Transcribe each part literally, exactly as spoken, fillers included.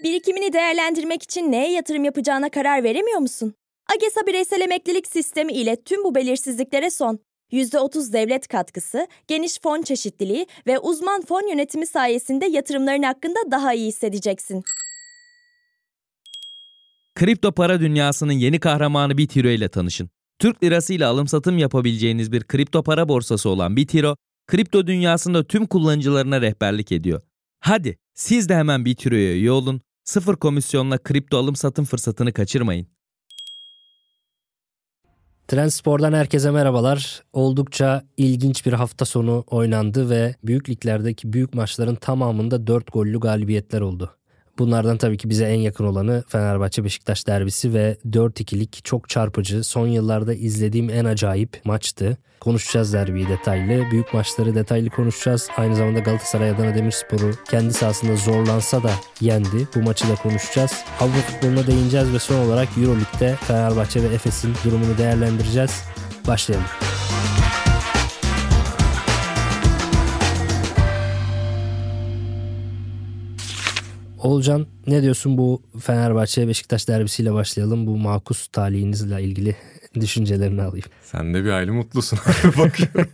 Birikimini değerlendirmek için neye yatırım yapacağına karar veremiyor musun? AGESA Bireysel Emeklilik Sistemi ile tüm bu belirsizliklere son. yüzde otuz devlet katkısı, geniş fon çeşitliliği ve uzman fon yönetimi sayesinde yatırımların hakkında daha iyi hissedeceksin. Kripto para dünyasının yeni kahramanı BitHero ile tanışın. Türk lirası ile alım satım yapabileceğiniz bir kripto para borsası olan BitHero, kripto dünyasında tüm kullanıcılarına rehberlik ediyor. Hadi siz de hemen BitHero'ya üye olun, sıfır komisyonla kripto alım satım fırsatını kaçırmayın. Trendspor'dan herkese merhabalar. Oldukça ilginç bir hafta sonu oynandı ve büyük liglerdeki büyük maçların tamamında dört gollü galibiyetler oldu. Bunlardan tabii ki bize en yakın olanı Fenerbahçe-Beşiktaş derbisi ve dört ikilik çok çarpıcı, son yıllarda izlediğim en acayip maçtı. Konuşacağız derbiyi detaylı, büyük maçları detaylı konuşacağız. Aynı zamanda Galatasaray Adana Demirspor'u kendi sahasında zorlansa da yendi. Bu maçı da konuşacağız. Avrupa futboluna değineceğiz ve son olarak Euroleague'de Fenerbahçe ve Efes'in durumunu değerlendireceğiz. Başlayalım. Oğulcan, ne diyorsun bu Fenerbahçe-Beşiktaş derbisiyle başlayalım. Bu makus talihinizle ilgili düşüncelerini alayım. Sen de bir aile mutlusun abi, bakıyorum.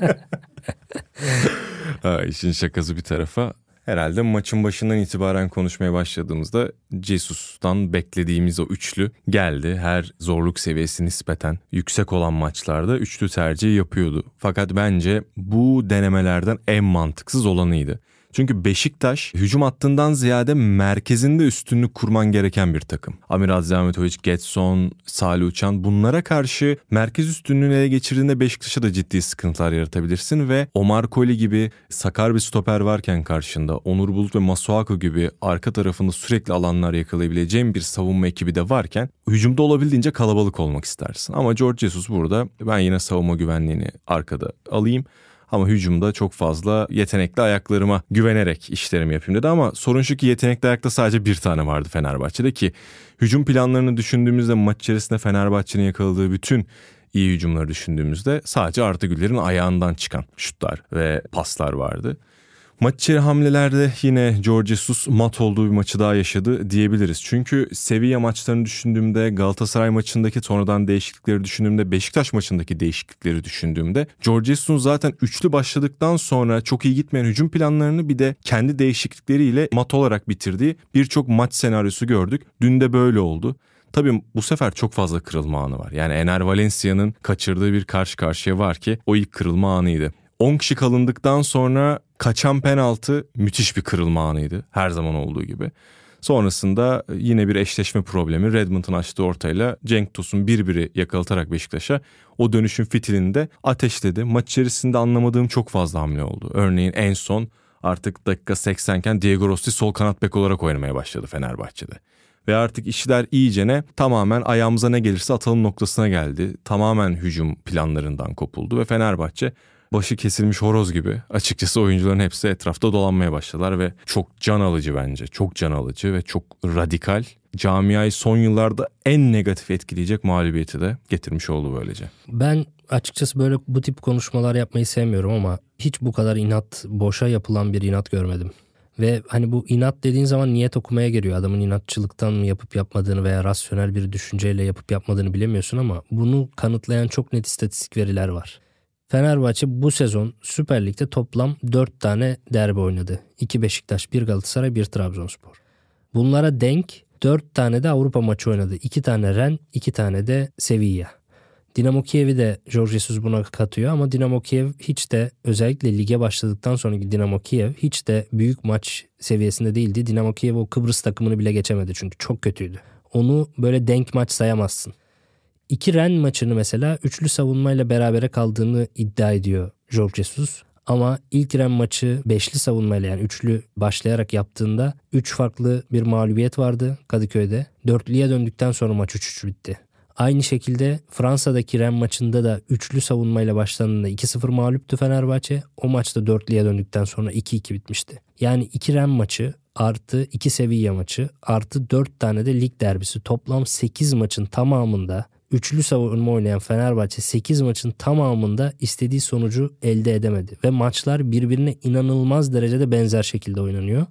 ha, işin şakası bir tarafa. Herhalde maçın başından itibaren konuşmaya başladığımızda Jesus'tan beklediğimiz o üçlü geldi. Her zorluk seviyesi nispeten yüksek olan maçlarda üçlü tercih yapıyordu. Fakat bence bu denemelerden en mantıksız olanıydı. Çünkü Beşiktaş hücum hattından ziyade merkezinde üstünlük kurman gereken bir takım. Amiral Zahmetovic, Getson, Salih Uçan, bunlara karşı merkez üstünlüğünü ele geçirdiğinde Beşiktaş'a da ciddi sıkıntılar yaratabilirsin ve Omar Koli gibi sakar bir stoper varken karşında, Onur Bulut ve Masuaku gibi arka tarafında sürekli alanlar yakalayabileceğin bir savunma ekibi de varken hücumda olabildiğince kalabalık olmak istersin. Ama Jorge Jesus burada ben yine savunma güvenliğini arkada alayım. Ama hücumda çok fazla yetenekli ayaklarıma güvenerek işlerimi yapayım dedi. Ama sorun şu ki yetenekli ayakta sadece bir tane vardı Fenerbahçe'de ki hücum planlarını düşündüğümüzde maç içerisinde Fenerbahçe'nin yakaladığı bütün iyi hücumları düşündüğümüzde sadece Arda Güler'in ayağından çıkan şutlar ve paslar vardı. Maç içeri hamlelerde yine Jorge Jesus mat olduğu bir maçı daha yaşadı diyebiliriz. Çünkü Sevilla maçlarını düşündüğümde, Galatasaray maçındaki sonradan değişiklikleri düşündüğümde, Beşiktaş maçındaki değişiklikleri düşündüğümde Jorge Jesus'un zaten üçlü başladıktan sonra çok iyi gitmeyen hücum planlarını bir de kendi değişiklikleriyle mat olarak bitirdiği birçok maç senaryosu gördük. Dün de böyle oldu. Tabii bu sefer çok fazla kırılma anı var. Yani Ener Valencia'nın kaçırdığı bir karşı karşıya var ki o ilk kırılma anıydı. on kişi kalındıktan sonra kaçan penaltı müthiş bir kırılma anıydı. Her zaman olduğu gibi. Sonrasında yine bir eşleşme problemi. Redmond'un açtığı ortayla Cenk Tosun birbiri yakalatarak Beşiktaş'a o dönüşün fitilini de ateşledi. Maç içerisinde anlamadığım çok fazla hamle oldu. Örneğin en son artık dakika seksenken Diego Rossi sol kanat bek olarak oynamaya başladı Fenerbahçe'de. Ve artık işler iyicene tamamen ayağımıza ne gelirse atalım noktasına geldi. Tamamen hücum planlarından kopuldu ve Fenerbahçe başı kesilmiş horoz gibi açıkçası oyuncuların hepsi etrafta dolanmaya başladılar ve çok can alıcı bence. Çok can alıcı ve çok radikal. Camiayı son yıllarda en negatif etkileyecek mağlubiyeti de getirmiş oldu böylece. Ben açıkçası böyle bu tip konuşmalar yapmayı sevmiyorum ama hiç bu kadar inat, boşa yapılan bir inat görmedim. Ve hani bu inat dediğin zaman niyet okumaya geliyor. Adamın inatçılıktan mı yapıp yapmadığını veya rasyonel bir düşünceyle yapıp yapmadığını bilemiyorsun ama bunu kanıtlayan çok net istatistik veriler var. Fenerbahçe bu sezon Süper Lig'de toplam dört tane derbi oynadı. iki Beşiktaş, bir Galatasaray, bir Trabzonspor. Bunlara denk dört tane de Avrupa maçı oynadı. iki tane Ren, iki tane de Sevilla. Dinamo Kiev'i de Jorge Jesus buna katıyor ama Dinamo Kiev hiç de özellikle lige başladıktan sonraki Dinamo Kiev hiç de büyük maç seviyesinde değildi. Dinamo Kiev o Kıbrıs takımını bile geçemedi çünkü çok kötüydü. Onu böyle denk maç sayamazsın. İki Ren maçını mesela üçlü savunmayla berabere kaldığını iddia ediyor Jorge Jesus. Ama ilk Ren maçı beşli savunmayla yani üçlü başlayarak yaptığında üç farklı bir mağlubiyet vardı Kadıköy'de. Dörtlüye döndükten sonra maç üç üç bitti. Aynı şekilde Fransa'daki Ren maçında da üçlü savunmayla başlandığında iki sıfır mağluptu Fenerbahçe. O maçta dörtlüye döndükten sonra iki iki bitmişti. Yani iki Ren maçı artı iki Sevilla maçı artı dört tane de lig derbisi toplam sekiz maçın tamamında üçlü savunma oynayan Fenerbahçe sekiz maçın tamamında istediği sonucu elde edemedi. Ve maçlar birbirine inanılmaz derecede benzer şekilde oynanıyor.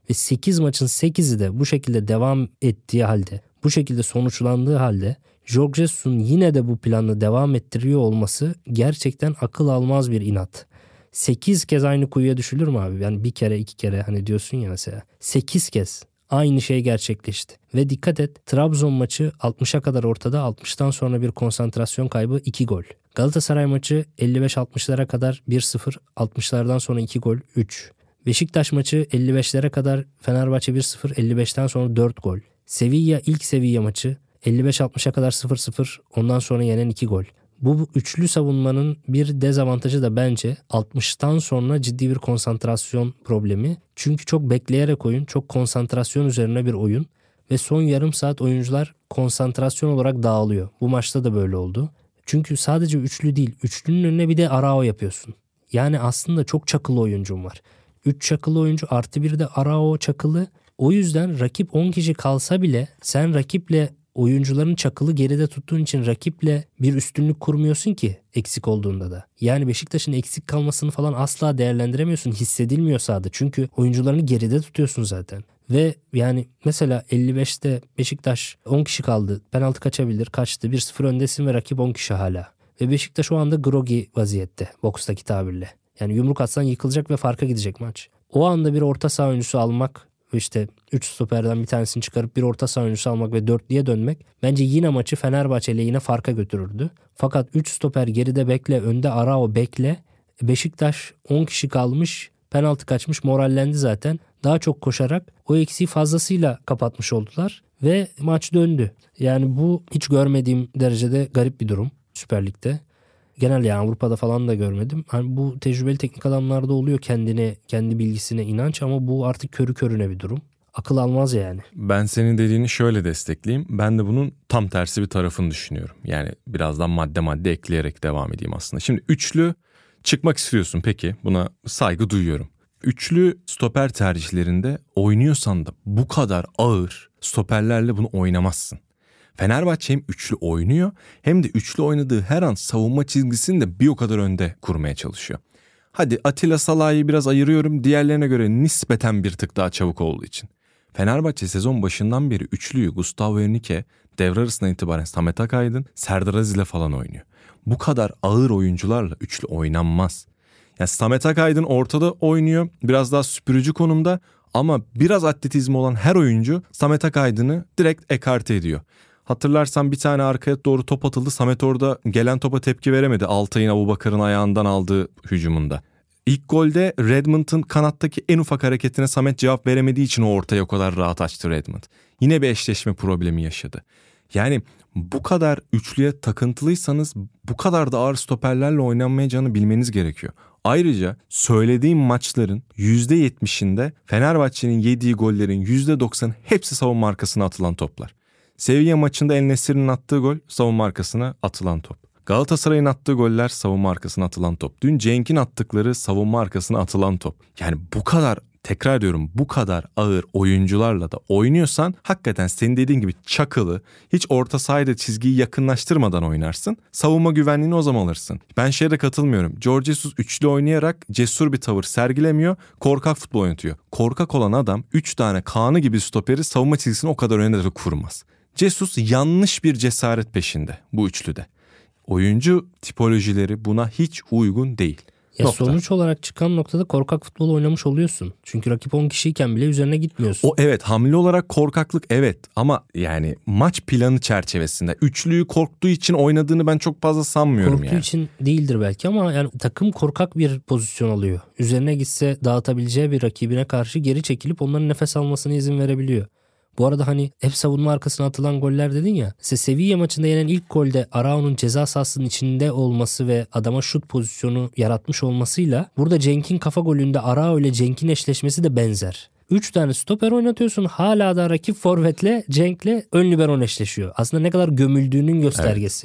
ve sekiz maçın sekizi de bu şekilde devam ettiği halde, bu şekilde sonuçlandığı halde Jorge Jesus'un yine de bu planı devam ettiriyor olması gerçekten akıl almaz bir inat. sekiz kez aynı kuyuya düşülür mü abi? Yani bir kere iki kere hani diyorsun ya mesela. sekiz kez aynı şey gerçekleşti. Ve dikkat et, Trabzon maçı altmışa kadar ortada, altmıştan sonra bir konsantrasyon kaybı, iki gol. Galatasaray maçı elli beş altmışlara kadar bir sıfır, altmışlardan sonra iki gol, üç. Beşiktaş maçı elli beşlere kadar Fenerbahçe bir sıfır, elli beşten sonra dört gol. Sevilla ilk Sevilla maçı elli beş altmışa kadar sıfır sıfır, ondan sonra yenen iki gol. Bu üçlü savunmanın bir dezavantajı da bence altmıştan sonra ciddi bir konsantrasyon problemi. Çünkü çok bekleyerek oyun, çok konsantrasyon üzerine bir oyun ve son yarım saat oyuncular konsantrasyon olarak dağılıyor. Bu maçta da böyle oldu. Çünkü sadece üçlü değil, üçlünün önüne bir de Arao yapıyorsun. Yani aslında çok çakılı oyuncum var. üç çakılı oyuncu artı bir de Arao çakılı. O yüzden rakip on kişi kalsa bile sen rakiple oyuncuların çakılı geride tuttuğun için rakiple bir üstünlük kurmuyorsun ki eksik olduğunda da. Yani Beşiktaş'ın eksik kalmasını falan asla değerlendiremiyorsun. Hissedilmiyor sahada. Çünkü oyuncularını geride tutuyorsun zaten. Ve yani mesela elli beşte Beşiktaş on kişi kaldı. Penaltı kaçabilir. Kaçtı. bir sıfır öndesin ve rakip on kişi hala. Ve Beşiktaş o anda groggy vaziyette. Bokstaki tabirle. Yani yumruk atsan yıkılacak ve farka gidecek maç. O anda bir orta saha oyuncusu almak, işte üç stoperden bir tanesini çıkarıp bir orta saha oyuncusu almak ve dörtlüye dönmek bence yine maçı Fenerbahçe lehine farka götürürdü. Fakat üç stoper geride bekle, önde Arao bekle. Beşiktaş on kişi kalmış, penaltı kaçmış, morallendi zaten. Daha çok koşarak o eksiği fazlasıyla kapatmış oldular ve maç döndü. Yani bu hiç görmediğim derecede garip bir durum Süper Lig'de. Genel yani Avrupa'da falan da görmedim. Hani bu tecrübeli teknik adamlarda oluyor kendine, kendi bilgisine inanç ama bu artık körü körüne bir durum. Akıl almaz yani. Ben senin dediğini şöyle destekleyeyim. Ben de bunun tam tersi bir tarafını düşünüyorum. Yani birazdan madde madde ekleyerek devam edeyim aslında. Şimdi üçlü çıkmak istiyorsun, peki, buna saygı duyuyorum. Üçlü stoper tercihlerinde oynuyorsan da bu kadar ağır stoperlerle bunu oynamazsın. Fenerbahçe hem üçlü oynuyor hem de üçlü oynadığı her an savunma çizgisini de bir o kadar önde kurmaya çalışıyor. Hadi Atilla Salah'ı biraz ayırıyorum, diğerlerine göre nispeten bir tık daha çabuk olduğu için. Fenerbahçe sezon başından beri üçlüyü Gustavo Henrique, devre arasından itibaren Samet Akaydın, Serdar Aziz'le falan oynuyor. Bu kadar ağır oyuncularla üçlü oynanmaz. Yani Samet Akaydın ortada oynuyor, biraz daha süpürücü konumda ama biraz atletizmi olan her oyuncu Samet Akaydın'ı direkt ekarte ediyor. Hatırlarsan bir tane arkaya doğru top atıldı. Samet orada gelen topa tepki veremedi. Altay'ın Abubakar'ın ayağından aldığı hücumunda. İlk golde Redmond'un kanattaki en ufak hareketine Samet cevap veremediği için o ortaya o kadar rahat açtı Redmond. Yine bir eşleşme problemi yaşadı. Yani bu kadar üçlüye takıntılıysanız bu kadar da ağır stoperlerle oynanmayacağını bilmeniz gerekiyor. Ayrıca söylediğim maçların yüzde yetmişinde Fenerbahçe'nin yediği gollerin yüzde doksanı hepsi savunma arkasına atılan toplar. Sevilla maçında El Nesir'in attığı gol savunma arkasına atılan top. Galatasaray'ın attığı goller savunma arkasına atılan top. Dün Cenk'in attıkları savunma arkasına atılan top. Yani bu kadar, tekrar diyorum, bu kadar ağır oyuncularla da oynuyorsan hakikaten senin dediğin gibi çakılı, hiç orta sahada çizgiyi yakınlaştırmadan oynarsın. Savunma güvenliğini o zaman alırsın. Ben şeye de katılmıyorum. Jorge Jesus üçlü oynayarak cesur bir tavır sergilemiyor. Korkak futbol oynatıyor. Korkak olan adam üç tane Kaan'ı gibi stoperi savunma çizgisini o kadar önde de kurmaz. Jesus yanlış bir cesaret peşinde bu üçlüde. Oyuncu tipolojileri buna hiç uygun değil. Ya Nokta. Sonuç olarak çıkan noktada korkak futbol oynamış oluyorsun. Çünkü rakip on kişiyken bile üzerine gitmiyorsun. O evet, hamle olarak korkaklık evet ama yani maç planı çerçevesinde üçlüyü korktuğu için oynadığını ben çok fazla sanmıyorum. Korktuğu yani. için değildir belki ama yani takım korkak bir pozisyon alıyor. Üzerine gitse dağıtabileceği bir rakibine karşı geri çekilip onların nefes almasına izin verebiliyor. Bu arada hani hep savunma arkasına atılan goller dedin ya. Mesela Sevilla maçında yenen ilk golde Arao'nun ceza sahasının içinde olması ve adama şut pozisyonu yaratmış olmasıyla burada Cenk'in kafa golünde Arao ile Cenk'in eşleşmesi de benzer. Üç tane stoper oynatıyorsun, hala da rakip forvetle Cenk'le ön liberon eşleşiyor. Aslında ne kadar gömüldüğünün göstergesi. Evet.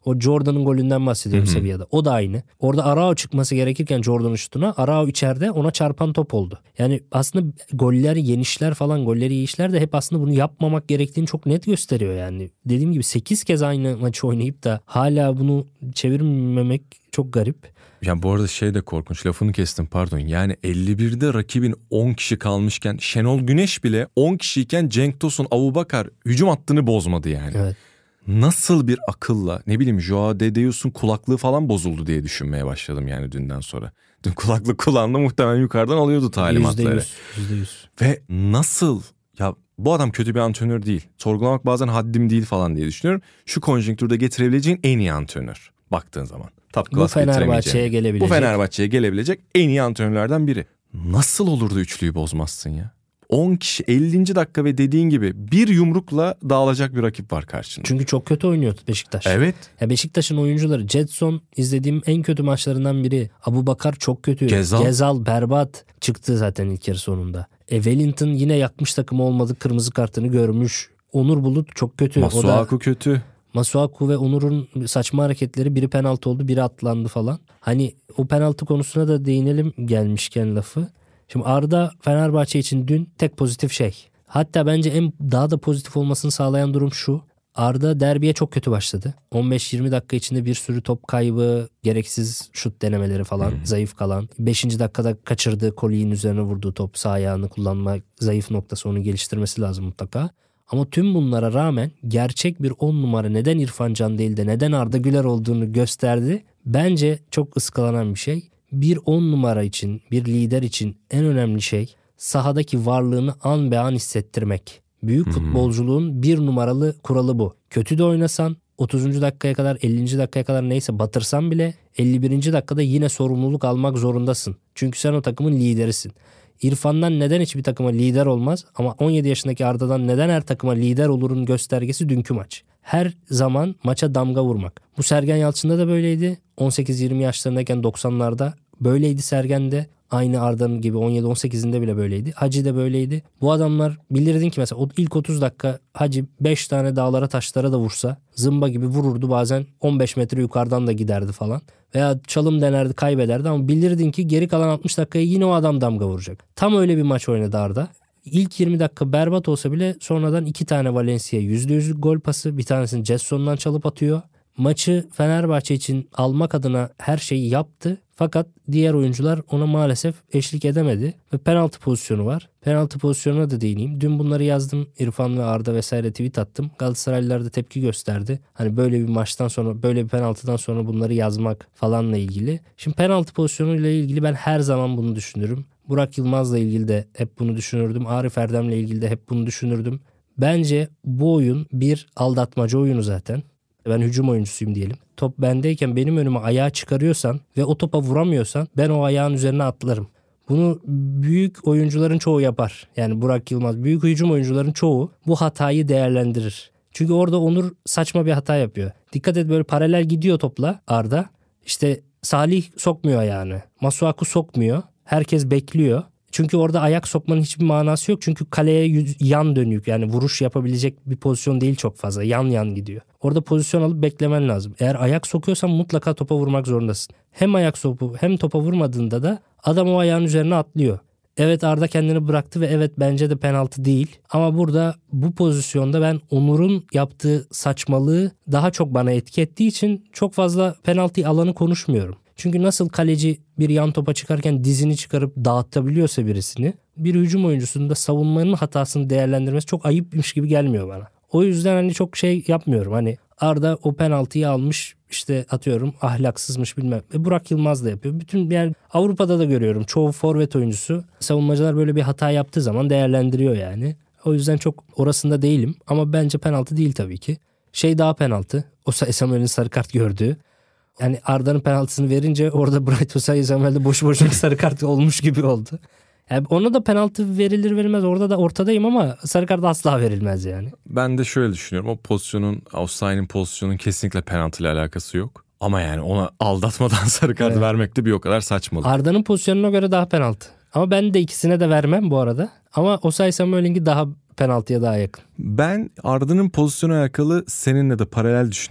O Jordan'ın golünden bahsediyorum Hı hı. Sevilla'da. O da aynı. Orada Arao çıkması gerekirken Jordan'ın şutuna Arao içeride ona çarpan top oldu. Yani aslında goller, yenişler falan, golleri yiyişler de hep aslında bunu yapmamak gerektiğini çok net gösteriyor yani. Dediğim gibi sekiz kez aynı maçı oynayıp da hala bunu çevirmemek çok garip. Yani bu arada şey de korkunç, lafını kestim pardon. Yani elli birde rakibin on kişi kalmışken Şenol Güneş bile on kişiyken Cenk Tosun, Abubakar hücum hattını bozmadı yani. Evet. Nasıl bir akılla, ne bileyim Joao de Deus'un kulaklığı falan bozuldu diye düşünmeye başladım yani dünden sonra. Dün kulaklık kulağında muhtemelen yukarıdan alıyordu talimatları. yüzde yüz, yüzde yüz. Ve nasıl, ya bu adam kötü bir antrenör değil. Sorgulamak bazen haddim değil falan diye düşünüyorum. Şu konjonktürde getirebileceğin en iyi antrenör baktığın zaman. Top Bu class Fenerbahçe'ye gelebilecek. Bu Fenerbahçe'ye gelebilecek en iyi antrenörlerden biri. Nasıl olur da üçlüyü bozmazsın ya? on kişi ellinci dakika ve dediğin gibi bir yumrukla dağılacak bir rakip var karşında. Çünkü çok kötü oynuyordu Beşiktaş. Evet. Ya Beşiktaş'ın oyuncuları, Jetson izlediğim en kötü maçlarından biri. Abubakar çok kötü. Gezal. Gezal berbat çıktı zaten ilk yarı sonunda. E Wellington yine yakmış takımı olmadı. Kırmızı kartını görmüş. Onur Bulut çok kötü. Masuaku kötü. Masuaku ve Onur'un saçma hareketleri, biri penaltı oldu, biri atlandı falan. Hani o penaltı konusuna da değinelim gelmişken lafı. Şimdi Arda Fenerbahçe için dün tek pozitif şey. Hatta bence en daha da pozitif olmasını sağlayan durum şu. Arda derbiye çok kötü başladı. on beş yirmi dakika içinde bir sürü top kaybı, gereksiz şut denemeleri falan, hmm. zayıf kalan. beşinci dakikada kaçırdığı, Koli'nin üzerine vurduğu top, sağ ayağını kullanma zayıf noktası, onu geliştirmesi lazım mutlaka. Ama tüm bunlara rağmen gerçek bir on numara neden İrfan Can değil de neden Arda Güler olduğunu gösterdi. Bence çok ıskalanan bir şey. Bir on numara için, bir lider için en önemli şey sahadaki varlığını an be an hissettirmek. Büyük hmm. futbolculuğun bir numaralı kuralı bu. Kötü de oynasan otuzuncu dakikaya kadar, ellinci dakikaya kadar neyse batırsan bile elli birinci dakikada yine sorumluluk almak zorundasın. Çünkü sen o takımın liderisin. İrfan'dan neden hiçbir takıma lider olmaz ama on yedi yaşındaki Arda'dan neden her takıma lider olurun göstergesi dünkü maç. Her zaman maça damga vurmak. Bu Sergen Yalçın'da da böyleydi. on sekiz yirmi yaşlarındayken doksanlarda böyleydi Sergen de. Aynı Arda'nın gibi on yedi on sekizinde bile böyleydi. Hacı de böyleydi. Bu adamlar bilirdin ki mesela o ilk otuz dakika Hacı beş tane dağlara taşlara da vursa zımba gibi vururdu, bazen on beş metre yukarıdan da giderdi falan. Veya çalım denerdi, kaybederdi ama bilirdin ki geri kalan altmış dakikaya yine o adam damga vuracak. Tam öyle bir maç oynadı Arda. İlk yirmi dakika berbat olsa bile sonradan iki tane Valencia'ya yüzde yüzlük gol pası, bir tanesini Jetson'dan çalıp atıyor. Maçı Fenerbahçe için almak adına her şeyi yaptı. Fakat diğer oyuncular ona maalesef eşlik edemedi. Ve penaltı pozisyonu var. Penaltı pozisyonuna da değineyim. Dün bunları yazdım. İrfan ve Arda vesaire tweet attım. Galatasaraylılar da tepki gösterdi. Hani böyle bir maçtan sonra, böyle bir penaltıdan sonra bunları yazmak falanla ilgili. Şimdi penaltı pozisyonuyla ilgili ben her zaman bunu düşünürüm. Burak Yılmaz'la ilgili de hep bunu düşünürdüm. Arif Erdem'le ilgili de hep bunu düşünürdüm. Bence bu oyun bir aldatmaca oyunu zaten. Ben hücum oyuncusuyum diyelim. Top bendeyken benim önüme ayağı çıkarıyorsan ve o topa vuramıyorsan ben o ayağın üzerine atlarım. Bunu büyük oyuncuların çoğu yapar. Yani Burak Yılmaz, büyük hücum oyuncuların çoğu bu hatayı değerlendirir. Çünkü orada Onur saçma bir hata yapıyor. Dikkat et, böyle paralel gidiyor topla Arda. İşte Salih sokmuyor ayağını. Masuaku sokmuyor. Herkes bekliyor. Çünkü orada ayak sokmanın hiçbir manası yok. Çünkü kaleye yüz, yan dönük, yani vuruş yapabilecek bir pozisyon değil çok fazla. Yan yan gidiyor. Orada pozisyon alıp beklemen lazım. Eğer ayak sokuyorsan mutlaka topa vurmak zorundasın. Hem ayak sopu hem topa vurmadığında da adam o ayağın üzerine atlıyor. Evet, Arda kendini bıraktı ve evet bence de penaltı değil. Ama burada bu pozisyonda ben Onur'un yaptığı saçmalığı daha çok bana etki ettiği için çok fazla penaltı alanı konuşmuyorum. Çünkü nasıl kaleci bir yan topa çıkarken dizini çıkarıp dağıtabiliyorsa birisini, bir hücum oyuncusunun da savunmanın hatasını değerlendirmesi çok ayıpmış gibi gelmiyor bana. O yüzden hani çok şey yapmıyorum. Hani Arda o penaltıyı almış, işte atıyorum ahlaksızmış bilmem. E Burak Yılmaz da yapıyor. Bütün, yani Avrupa'da da görüyorum. Çoğu forvet oyuncusu, savunmacılar böyle bir hata yaptığı zaman değerlendiriyor yani. O yüzden çok orasında değilim. Ama bence penaltı değil tabii ki. Şey daha penaltı. Osayi Samuel'in sarı kart gördüğü. Yani Arda'nın penaltısını verince orada Bright Osayi Samuel'de boşu boşuna sarı kart olmuş gibi oldu. Yani ona da penaltı verilir verilmez, orada da ortadayım ama sarı kart asla verilmez yani. Ben de şöyle düşünüyorum. O pozisyonun, Osayi'nin pozisyonun kesinlikle penaltıyla alakası yok. Ama yani ona aldatmadan sarı kart evet. vermek de bir o kadar saçmalık. Arda'nın pozisyonuna göre daha penaltı. Ama ben de ikisine de vermem bu arada. Ama Osayi Samuel'inki daha penaltıya daha yakın. Ben Arda'nın pozisyona alakalı seninle de paralel düşünüyorum.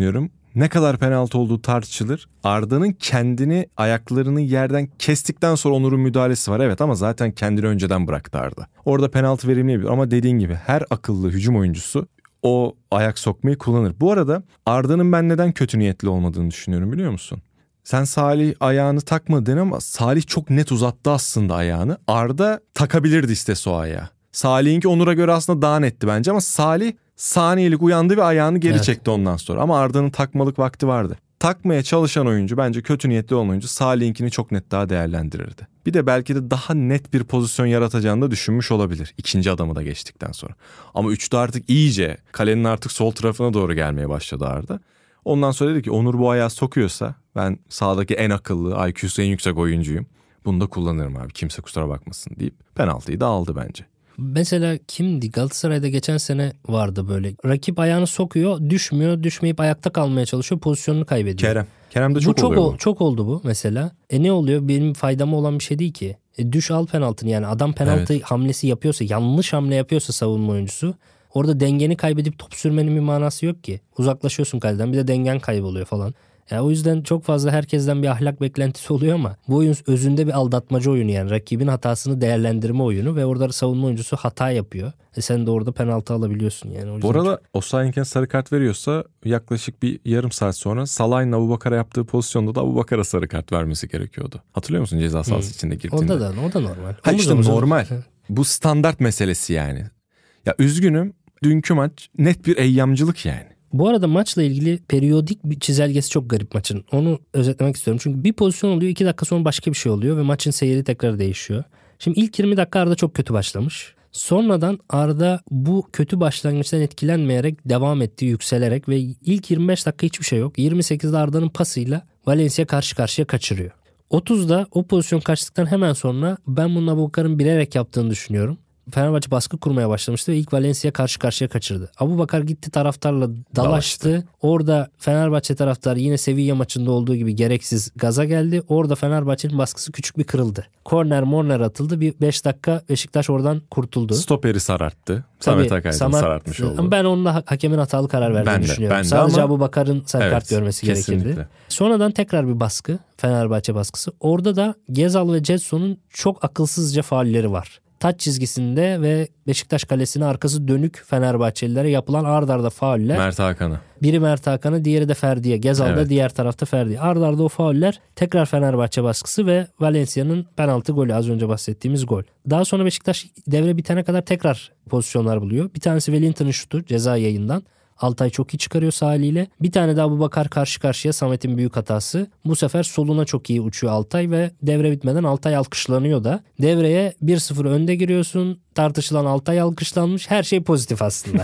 ne kadar penaltı olduğu tartışılır. Arda'nın kendini, ayaklarını yerden kestikten sonra Onur'un müdahalesi var. Evet, ama zaten kendini önceden bıraktı Arda. Orada penaltı verilmeyebilir ama dediğin gibi her akıllı hücum oyuncusu o ayak sokmayı kullanır. Bu arada Arda'nın ben neden kötü niyetli olmadığını düşünüyorum, biliyor musun? Sen Salih ayağını takmadın ama Salih çok net uzattı aslında ayağını. Arda takabilirdi istese o ayağı. Salih'inki Onur'a göre aslında daha netti bence ama Salih saniyelik uyandı ve ayağını geri evet. çekti ondan sonra. Ama Arda'nın takmalık vakti vardı. Takmaya çalışan oyuncu, bence kötü niyetli olan oyuncu Salih'inkini çok net daha değerlendirirdi. Bir de belki de daha net bir pozisyon yaratacağını da düşünmüş olabilir. İkinci adamı da geçtikten sonra. Ama üçte artık iyice kalenin artık sol tarafına doğru gelmeye başladı Arda. Ondan sonra dedi ki Onur bu ayağı sokuyorsa ben sahadaki en akıllı, I Q'su en yüksek oyuncuyum. Bunu da kullanırım abi, kimse kusura bakmasın deyip penaltıyı da aldı bence. Mesela kimdi? Galatasaray'da geçen sene vardı böyle. Rakip ayağını sokuyor, düşmüyor, düşmeyip ayakta kalmaya çalışıyor, pozisyonunu kaybediyor. Kerem. Kerem'de çok, bu çok oluyor bu. Çok oldu bu mesela. E ne oluyor? Benim faydama olan bir şey değil ki. E düş al penaltını, yani adam penaltı evet. hamlesi yapıyorsa, yanlış hamle yapıyorsa savunma oyuncusu, orada dengeni kaybedip top sürmenin bir manası yok ki. Uzaklaşıyorsun kaleden, bir de dengen kayboluyor falan. Yani o yüzden çok fazla herkesten bir ahlak beklentisi oluyor ama bu oyun özünde bir aldatmaca oyunu, yani rakibin hatasını değerlendirme oyunu ve orada savunma oyuncusu hata yapıyor. E sen de orada penaltı alabiliyorsun yani. Bu arada çok... Osayi'nin sarı kart veriyorsa yaklaşık bir yarım saat sonra Salah'ın Abubakar'a yaptığı pozisyonda da Abubakar'a sarı kart vermesi gerekiyordu. Hatırlıyor musun ceza sahası hmm. içinde girdiğinde? Onda da, o da normal. Ha işte omuz normal. Omuz. Bu standart meselesi yani. Ya üzgünüm, dünkü maç net bir eyyamcılık yani. Bu arada maçla ilgili periyodik bir çizelgesi çok garip maçın. Onu özetlemek istiyorum. Çünkü bir pozisyon oluyor, iki dakika sonra başka bir şey oluyor ve maçın seyri tekrar değişiyor. Şimdi ilk yirmi dakika Arda çok kötü başlamış. Sonradan Arda bu kötü başlangıçtan etkilenmeyerek devam etti, yükselerek ve ilk yirmi beş dakika hiçbir şey yok. yirmi sekizde Arda'nın pasıyla Valencia karşı karşıya kaçırıyor. otuzda o pozisyon kaçtıktan hemen sonra ben bunun Abubakar'ın bilerek yaptığını düşünüyorum. Fenerbahçe baskı kurmaya başlamıştı ve ilk Valencia karşı karşıya kaçırdı. Abubakar gitti, taraftarla dalaştı. dalaştı. Orada Fenerbahçe taraftarı yine Sevilla maçında olduğu gibi gereksiz gaza geldi. Orada Fenerbahçe'nin baskısı küçük bir kırıldı. Korner morner atıldı. Bir beş dakika Beşiktaş oradan kurtuldu. Stoperi sararttı. Samet Akaydın sarartmış oldu. Ben onun da hakemin hatalı karar verdiğini ben de, düşünüyorum. Ben Sadece ama... Abubakar'ın sarı evet, kart görmesi kesinlikle gerekirdi. Sonradan tekrar bir baskı. Fenerbahçe baskısı. Orada da Gezal ve Getson'un çok akılsızca faulleri var. Taç çizgisinde ve Beşiktaş kalesine arkası dönük Fenerbahçelilere yapılan ard arda fauller. Mert Hakan'a. Biri Mert Hakan'a, diğeri de Ferdi'ye. Gezal'da evet. diğer tarafta Ferdi. Ard arda o fauller, tekrar Fenerbahçe baskısı ve Valencia'nın penaltı golü, az önce bahsettiğimiz gol. Daha sonra Beşiktaş devre bitene kadar tekrar pozisyonlar buluyor. Bir tanesi Wellington'ın şutu ceza yayından. Altay çok iyi çıkarıyor sağ eliyle. Bir tane de Abubakar karşı karşıya, Samet'in büyük hatası. Bu sefer soluna çok iyi uçuyor Altay ve devre bitmeden Altay alkışlanıyor da. Devreye bir sıfır önde giriyorsun. Tartışılan Altay alkışlanmış. Her şey pozitif aslında.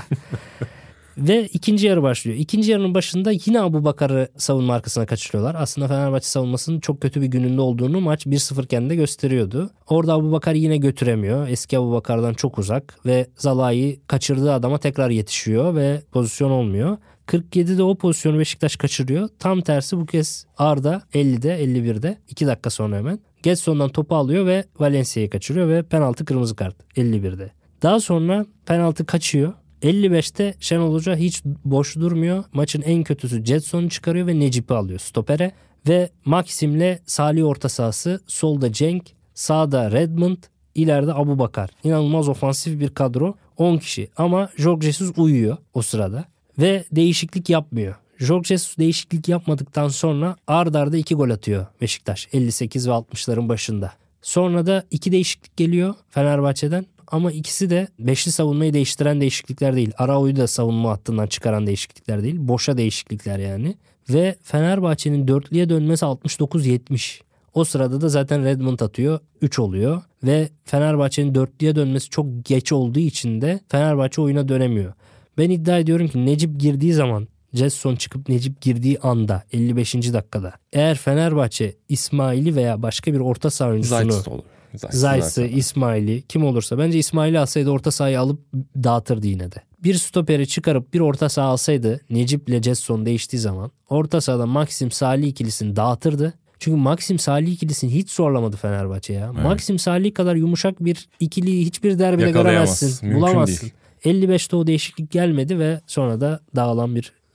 Ve ikinci yarı başlıyor. İkinci yarının başında yine Abubakar'ı savunma arkasına kaçırıyorlar. Aslında Fenerbahçe savunmasının çok kötü bir gününde olduğunu maç bir sıfırken de gösteriyordu. Orada Abubakar yine götüremiyor. Eski Abubakar'dan çok uzak ve Zalai'yi kaçırdığı adama tekrar yetişiyor ve pozisyon olmuyor. kırk yedide o pozisyonu Beşiktaş kaçırıyor. Tam tersi bu kez Arda ellide elli birde iki dakika sonra hemen Getson'dan topu alıyor ve Valencia'yı kaçırıyor ve penaltı, kırmızı kart elli birde. Daha sonra penaltı kaçıyor. elli beşte Şenol Hoca hiç boş durmuyor. Maçın en kötüsü Getson'u çıkarıyor ve Necip'i alıyor stopere. Ve Maxim'le Salih orta sahası. Solda Cenk, sağda Redmond, ileride Abubakar. İnanılmaz ofansif bir kadro. on kişi ama Jorge Jesus uyuyor o sırada. Ve değişiklik yapmıyor. Jorge Jesus değişiklik yapmadıktan sonra ard arda iki gol atıyor Beşiktaş. elli sekiz ve altmışların başında. Sonra da iki değişiklik geliyor Fenerbahçe'den. Ama ikisi de beşli savunmayı değiştiren değişiklikler değil. Arao'yu da savunma hattından çıkaran değişiklikler değil. Boşa değişiklikler yani. Ve Fenerbahçe'nin dörtlüye dönmesi altmış dokuz yetmiş. O sırada da zaten Redmond atıyor. üç oluyor. Ve Fenerbahçe'nin dörtlüye dönmesi çok geç olduğu için de Fenerbahçe oyuna dönemiyor. Ben iddia ediyorum ki Necip girdiği zaman, Getson çıkıp Necip girdiği anda elli beşinci dakikada eğer Fenerbahçe İsmail'i veya başka bir orta saha oyuncusunu, Zayt'sı, İsmail'i, kim olursa, bence İsmail'i alsaydı orta sahayı alıp dağıtırdı yine de. Bir stoperi çıkarıp bir orta saha alsaydı Necip'le Getson değiştiği zaman orta sahada Maxim Salih ikilisini dağıtırdı. Çünkü Maxim Salih ikilisini hiç zorlamadı Fenerbahçe ya. Evet. Maxim Salih kadar yumuşak bir ikiliyi hiçbir derbide göremezsin, bulamazsın. Değil. elli beşte o değişiklik gelmedi ve sonra da dağılan bir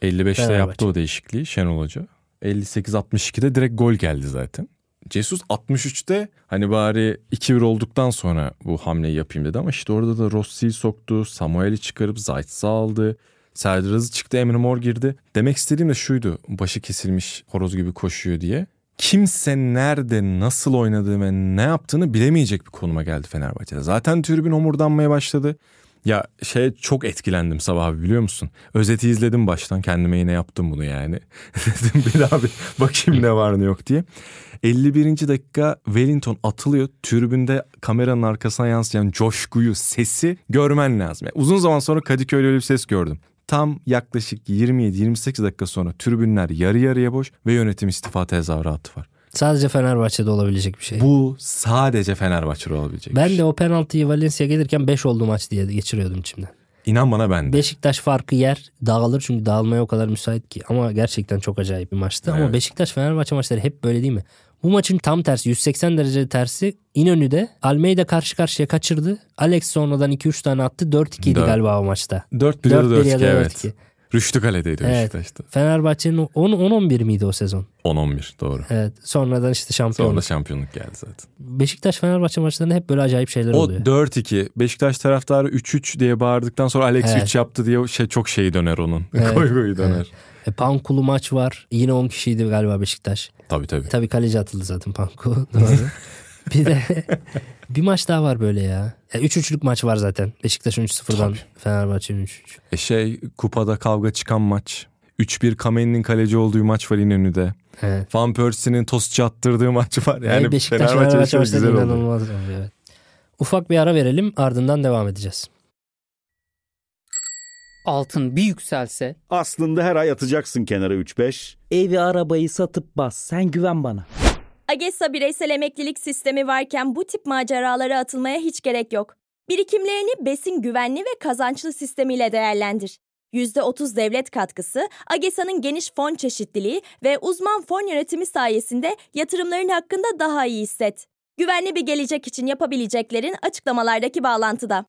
elli beşte Fenerbahçe. yaptı o değişikliği Şenol Hoca. elli sekiz altmış ikide direkt gol geldi zaten. Jesus altmış üçte hani bari iki bir olduktan sonra bu hamleyi yapayım dedi ama işte orada da Rossi'yi soktu. Samuel'i çıkarıp Zayt'sı aldı. Serdar Aziz çıktı, Emre Mor girdi. Demek istediğim de şuydu. Başı kesilmiş horoz gibi koşuyor diye. Kimse nerede nasıl oynadığı ve ne yaptığını bilemeyecek bir konuma geldi Fenerbahçe'de. Zaten tribün homurdanmaya başladı. Ya şey çok etkilendim sabah abi, biliyor musun? Özeti izledim baştan, kendime yine yaptım bunu yani. Dedim bir daha bir bakayım ne var ne yok diye. elli birinci dakika Wellington atılıyor. Tribünde kameranın arkasına yansıyan coşkuyu, sesi görmen lazım. Yani uzun zaman sonra Kadıköy'de öyle bir ses gördüm. Tam yaklaşık yirmi yedi yirmi sekiz dakika sonra tribünler yarı yarıya boş ve yönetim istifa tezahüratı var. Sadece Fenerbahçe'de olabilecek bir şey. Bu sadece Fenerbahçe'de olabilecek Ben bir şey. de o penaltıyı Valencia gelirken beş oldu maç diye geçiriyordum içimden. İnan bana ben de. Beşiktaş farkı yer, dağılır çünkü dağılmaya o kadar müsait ki. Ama gerçekten çok acayip bir maçtı. Evet. Ama Beşiktaş-Fenerbahçe maçları hep böyle değil mi? Bu maçın tam tersi, yüz seksen derece tersi. İnönü'de Almeida karşı karşıya kaçırdı. Alex sonradan iki üç tane attı. dört ikiydi Dört. galiba o maçta. dört bir ya da dört iki, evet. dört iki. Rüştü Kale'deydi Evet. Beşiktaş'ta. Fenerbahçe'nin on on bir miydi o sezon? on on bir doğru. Evet. Sonradan işte şampiyonluk. Sonra da şampiyonluk geldi zaten. Beşiktaş-Fenerbahçe maçlarında hep böyle acayip şeyler O oluyor. dört iki Beşiktaş taraftarı üç üç diye bağırdıktan sonra Alex Evet. üç yaptı diye şey çok şeyi döner onun. Evet. Koy koyu döner. Evet. E, Pankulu maç var. Yine on kişiydi galiba Beşiktaş. Tabii tabii. Tabii kaleci atıldı zaten Panku. Doğru. Bir de bir maç daha var böyle ya. ya üç üçlük maç var zaten. Beşiktaş'ın üç sıfırdan Fenerbahçe'nin üç üç. E şey kupada kavga çıkan maç. üç bir Kameni'nin kaleci olduğu maç var İnönü'de. Evet. Van Persie'nin tosçu attırdığı maç var. Yani E, Beşiktaş Fenerbahçe Fenerbahçe çok maçları güzel oldu. inanılmaz oldu. Evet. Ufak bir ara verelim, ardından devam edeceğiz. Altın bir yükselse Aslında her ay atacaksın kenara üç beş. Evi arabayı satıp bas, sen güven bana. AGESA bireysel emeklilik sistemi varken bu tip maceralara atılmaya hiç gerek yok. Birikimlerini BES'in güvenli ve kazançlı sistemiyle değerlendir. yüzde otuz devlet katkısı, AGESA'nın geniş fon çeşitliliği ve uzman fon yönetimi sayesinde yatırımların hakkında daha iyi hisset. Güvenli bir gelecek için yapabileceklerin açıklamalardaki bağlantıda.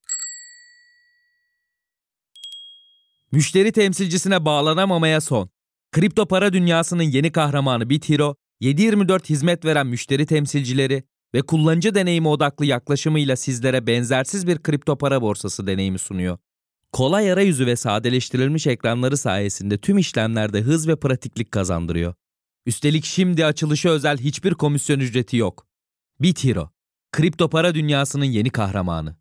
Müşteri temsilcisine bağlanamamaya son. Kripto para dünyasının yeni kahramanı BitHero, yedi yirmi dört hizmet veren müşteri temsilcileri ve kullanıcı deneyimi odaklı yaklaşımıyla sizlere benzersiz bir kripto para borsası deneyimi sunuyor. Kolay arayüzü ve sadeleştirilmiş ekranları sayesinde tüm işlemlerde hız ve pratiklik kazandırıyor. Üstelik şimdi açılışa özel hiçbir komisyon ücreti yok. BitHero, kripto para dünyasının yeni kahramanı.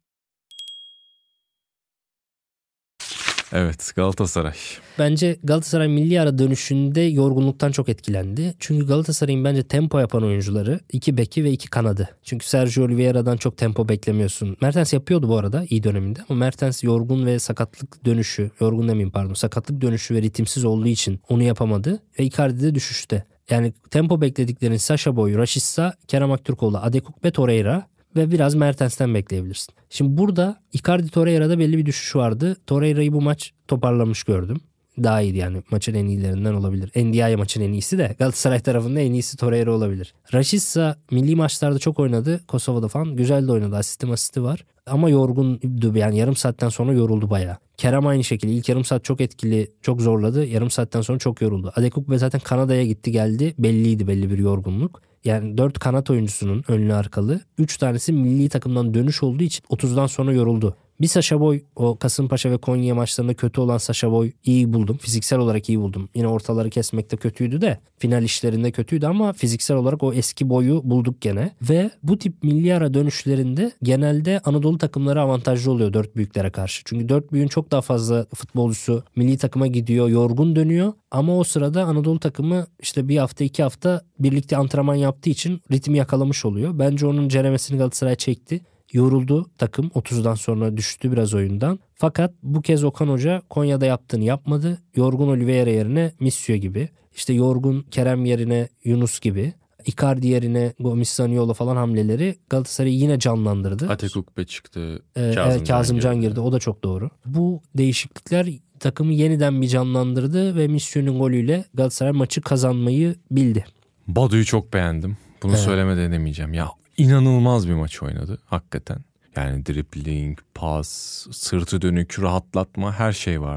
Evet, Galatasaray. Bence Galatasaray milli ara dönüşünde yorgunluktan çok etkilendi. Çünkü Galatasaray'ın bence tempo yapan oyuncuları iki beki ve iki kanadı. Çünkü Sergio Oliveira'dan çok tempo beklemiyorsun. Mertens yapıyordu bu arada iyi döneminde ama Mertens yorgun ve sakatlık dönüşü, yorgun demeyeyim pardon, sakatlık dönüşü ve ritimsiz olduğu için onu yapamadı. Ve Icardi de düşüşte. Yani tempo beklediklerin Sacha Boy, Rashica, Kerem Aktürkoğlu, Adekuk ve Torreira ve biraz Mertens'ten bekleyebilirsin. Şimdi burada Icardi Torreira'da belli bir düşüş vardı. Torreira'yı bu maç toparlamış gördüm. Daha iyiydi yani, maçın en iyilerinden olabilir. N D I maçın en iyisi de Galatasaray tarafında en iyisi Torreira olabilir. Rashica milli maçlarda çok oynadı. Kosova'da falan güzel de oynadı. Asisti asisti var. Ama yorgundu yani, yarım saatten sonra yoruldu bayağı. Kerem aynı şekilde ilk yarım saat çok etkili, çok zorladı. Yarım saatten sonra çok yoruldu. Adekuk ve zaten Kanada'ya gitti geldi. Belliydi belli bir yorgunluk. Yani dört kanat oyuncusunun önlü arkalı üç tanesi milli takımdan dönüş olduğu için otuzdan sonra yoruldu. Bir Sacha Boy, o Kasımpaşa ve Konya maçlarında kötü olan Sacha Boy iyi buldum. Fiziksel olarak iyi buldum. Yine ortaları kesmekte kötüydü de final işlerinde kötüydü ama fiziksel olarak o eski boyu bulduk gene. Ve bu tip milli ara dönüşlerinde genelde Anadolu takımları avantajlı oluyor dört büyüklere karşı. Çünkü dört büyüğün çok daha fazla futbolcusu milli takıma gidiyor, yorgun dönüyor. Ama o sırada Anadolu takımı işte bir hafta iki hafta birlikte antrenman yaptığı için ritmi yakalamış oluyor. Bence onun ceremesini Galatasaray çekti. Yoruldu takım, otuzdan sonra düştü biraz oyundan. Fakat bu kez Okan Hoca Konya'da yaptığını yapmadı. Yorgun Oliveira yerine Missio gibi, İşte yorgun Kerem yerine Yunus gibi, Icardi yerine Gomis Zaniolo falan hamleleri Galatasaray'ı yine canlandırdı. Atekukbe çıktı. Ee, Kazım, evet, Kazım Can girdi. girdi. O da çok doğru. Bu değişiklikler takımı yeniden bir canlandırdı ve Missio'nun golüyle Galatasaray maçı kazanmayı bildi. Badu'yu çok beğendim. Bunu Evet. söylemeden edemeyeceğim. Ya inanılmaz bir maç oynadı hakikaten. Yani dribbling, pas, sırtı dönük, rahatlatma her şey vardı.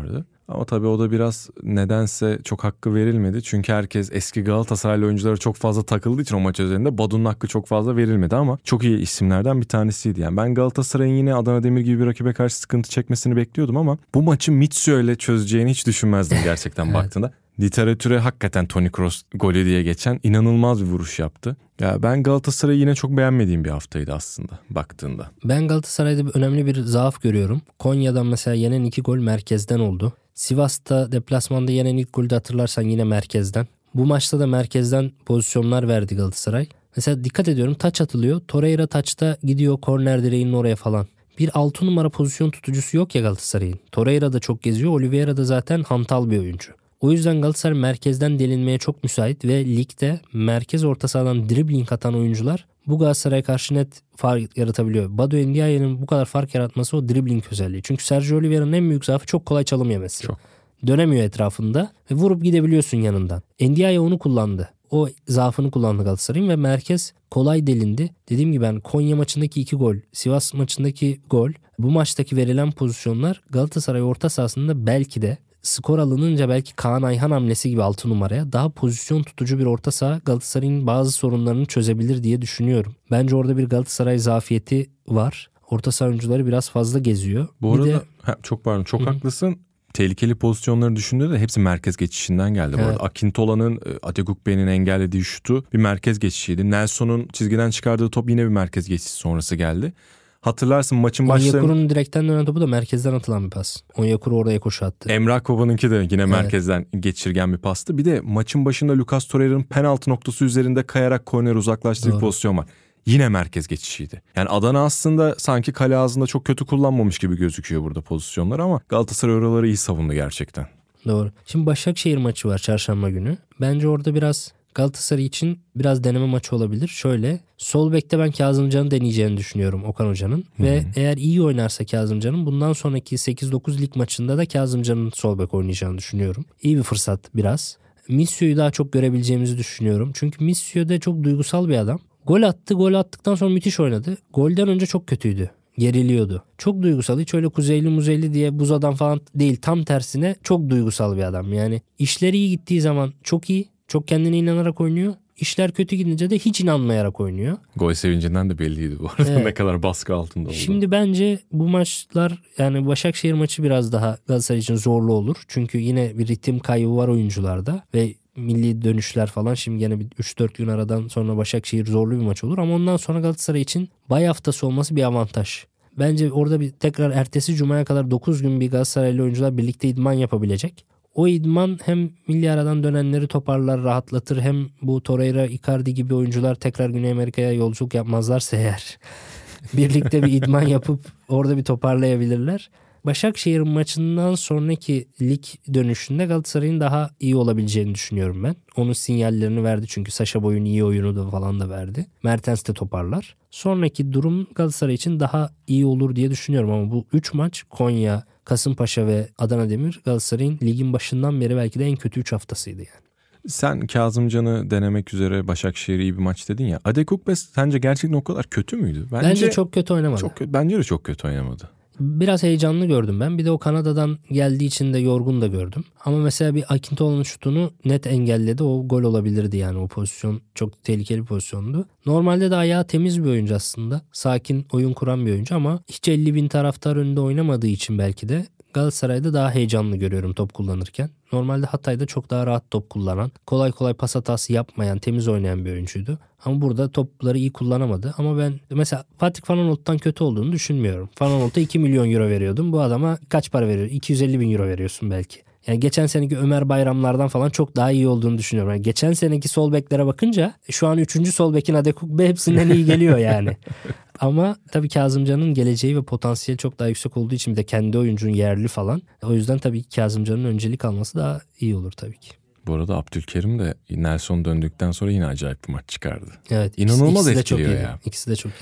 Ama tabii o da biraz nedense çok hakkı verilmedi. Çünkü herkes eski Galatasaraylı oyunculara çok fazla takıldığı için o maç üzerinde Badu'nun hakkı çok fazla verilmedi ama çok iyi isimlerden bir tanesiydi. Yani ben Galatasaray'ın yine Adana Demir gibi bir rakibe karşı sıkıntı çekmesini bekliyordum ama bu maçı Mitsio ile çözeceğini hiç düşünmezdim gerçekten Evet. baktığında. Literatüre hakikaten Toni Kroos golü diye geçen inanılmaz bir vuruş yaptı. Ya ben Galatasaray'ı yine çok beğenmediğim bir haftaydı aslında baktığında. Ben Galatasaray'da bir önemli bir zaaf görüyorum. Konya'dan mesela yenen iki gol merkezden oldu. Sivas'ta deplasmanda yenen ilk golü de hatırlarsan yine merkezden. Bu maçta da merkezden pozisyonlar verdi Galatasaray. Mesela dikkat ediyorum, taç atılıyor. Torreira taçta gidiyor korner direğinin oraya falan. Bir altı numara pozisyon tutucusu yok ya Galatasaray'ın. Torreira da çok geziyor. Oliveira da zaten hantal bir oyuncu. O yüzden Galatasaray merkezden delinmeye çok müsait ve ligde merkez orta sahadan dribbling atan oyuncular bu Galatasaray'a karşı net fark yaratabiliyor. Badu Endiay'ın bu kadar fark yaratması o dribbling özelliği. Çünkü Sergio Oliveira'nın en büyük zaafı çok kolay çalım yemesi. Çok. Dönemiyor etrafında ve vurup gidebiliyorsun yanından. Endiay onu kullandı. O zaafını kullandı Galatasaray'ın ve merkez kolay delindi. Dediğim gibi ben Konya maçındaki iki gol, Sivas maçındaki gol, bu maçtaki verilen pozisyonlar Galatasaray orta sahasında belki de skor alınınca belki Kaan Ayhan hamlesi gibi altı numaraya daha pozisyon tutucu bir orta saha Galatasaray'ın bazı sorunlarını çözebilir diye düşünüyorum. Bence orada bir Galatasaray zafiyeti var. Orta saha oyuncuları biraz fazla geziyor. Bu bir arada de, ha, çok pardon çok Hı-hı. haklısın. Tehlikeli pozisyonları düşündüğünde de hepsi merkez geçişinden geldi. Evet. Bu arada Akintola'nın Adegukbe'nin engellediği şutu bir merkez geçişiydi. Nelson'un çizgiden çıkardığı top yine bir merkez geçişi sonrası geldi. Hatırlarsın maçın başlarında Onyekuru'nun direkten dönen topu da merkezden atılan bir pas. Onyekuru oraya koşu attı. Emrah Kova'nınki de yine Evet. merkezden geçirgen bir pastı. Bir de maçın başında Lucas Torreira'nın penaltı noktası üzerinde kayarak korner uzaklaştığı Doğru. bir pozisyon var. Yine merkez geçişiydi. Yani Adana aslında sanki kale ağzında çok kötü kullanmamış gibi gözüküyor burada pozisyonlar ama Galatasaray oraları iyi savundu gerçekten. Doğru. Şimdi Başakşehir maçı var çarşamba günü. Bence orada biraz Galatasaray için biraz deneme maçı olabilir. Şöyle, sol bekte ben Kazımcan'ı deneyeceğini düşünüyorum Okan Hoca'nın. Hı-hı. Ve eğer iyi oynarsa Kazımcan'ın bundan sonraki sekiz dokuz lig maçında da Kazımcan'ın sol bek oynayacağını düşünüyorum. İyi bir fırsat biraz. Missio'yu daha çok görebileceğimizi düşünüyorum. Çünkü Missio da çok duygusal bir adam. Gol attı, gol attıktan sonra müthiş oynadı. Golden önce çok kötüydü. Geriliyordu. Çok duygusal. Hiç öyle kuzeyli muzeyli diye buz adam falan değil. Tam tersine çok duygusal bir adam. Yani işleri iyi gittiği zaman çok iyi. Çok kendine inanarak oynuyor. İşler kötü gidince de hiç inanmayarak oynuyor. Gol sevincinden de belliydi bu arada Evet. ne kadar baskı altında oldu. Şimdi bence bu maçlar, yani Başakşehir maçı biraz daha Galatasaray için zorlu olur. Çünkü yine bir ritim kaybı var oyuncularda ve milli dönüşler falan. Şimdi yine bir üç dört gün aradan sonra Başakşehir zorlu bir maç olur. Ama ondan sonra Galatasaray için bay haftası olması bir avantaj. Bence orada bir tekrar ertesi cumaya kadar dokuz gün bir Galatasaraylı oyuncular birlikte idman yapabilecek. O idman hem milli aradan dönenleri toparlar, rahatlatır, hem bu Torreira, Icardi gibi oyuncular tekrar Güney Amerika'ya yolculuk yapmazlarsa eğer birlikte bir idman yapıp orada bir toparlayabilirler. Başakşehir maçından sonraki lig dönüşünde Galatasaray'ın daha iyi olabileceğini düşünüyorum ben. Onun sinyallerini verdi çünkü Sacha Boey'un iyi oyunu da falan da verdi. Mertens de toparlar. Sonraki durum Galatasaray için daha iyi olur diye düşünüyorum ama bu üç maç Konya, Kasımpaşa ve Adana Demir Galatasaray'ın ligin başından beri belki de en kötü üç haftasıydı yani. Sen Kazımcan'ı denemek üzere Başakşehir'e iyi bir maç dedin ya. Adekugbe sence gerçekten o kadar kötü müydü? Bence, Bence çok kötü oynamadı. Çok kötü, bence de çok kötü oynamadı. Biraz heyecanlı gördüm ben. Bir de o Kanada'dan geldiği için de yorgun da gördüm. Ama mesela bir Akintola'nın şutunu net engelledi. O gol olabilirdi yani, o pozisyon çok tehlikeli bir pozisyondu. Normalde de ayağı temiz bir oyuncu aslında. Sakin oyun kuran bir oyuncu ama hiç elli bin taraftar önünde oynamadığı için belki de Galatasaray'da daha heyecanlı görüyorum top kullanırken. Normalde Hatay'da çok daha rahat top kullanan, kolay kolay pas hatası yapmayan, temiz oynayan bir oyuncuydu. Ama burada topları iyi kullanamadı. Ama ben mesela Fatih Van Aanholt'tan kötü olduğunu düşünmüyorum. Van Aanholt'a iki milyon euro veriyordum. Bu adama kaç para veriyor? iki yüz elli bin euro veriyorsun belki. Yani geçen seneki Ömer Bayramlardan falan çok daha iyi olduğunu düşünüyorum. Yani geçen seneki sol beklere bakınca şu an üçüncü sol bekin Adekugbe hepsinden iyi geliyor yani. Ama tabii Kazımcan'ın geleceği ve potansiyeli çok daha yüksek olduğu için bir de kendi oyuncunun yerli falan. O yüzden tabii ki Kazımcan'ın öncelik alması daha iyi olur tabii ki. Bu arada Abdülkerim de Nelson döndükten sonra yine acayip bir maç çıkardı. Evet. İnanılmaz ikisi de etkiliyor çok iyiydi. ya. İkisi de çok iyiydi.